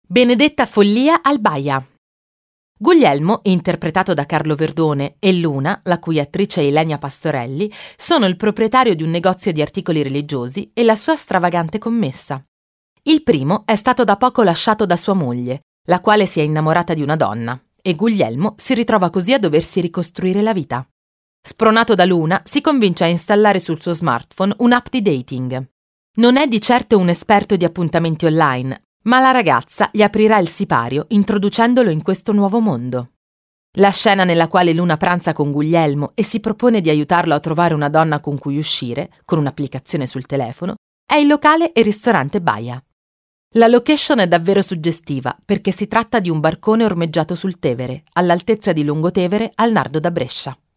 Benedetta follia al Baia. Guglielmo, interpretato da Carlo Verdone, e Luna, la cui attrice è Ilenia Pastorelli, sono il proprietario di un negozio di articoli religiosi e la sua stravagante commessa. Il primo è stato da poco lasciato da sua moglie, la quale si è innamorata di una donna, e Guglielmo si ritrova così a doversi ricostruire la vita. Spronato da Luna, si convince a installare sul suo smartphone un'app di dating. Non è di certo un esperto di appuntamenti online, ma la ragazza gli aprirà il sipario introducendolo in questo nuovo mondo. La scena nella quale Luna pranza con Guglielmo e si propone di aiutarlo a trovare una donna con cui uscire, con un'applicazione sul telefono, è il locale e ristorante Baia. La location è davvero suggestiva perché si tratta di un barcone ormeggiato sul Tevere, all'altezza di Lungotevere al Nardo da Brescia.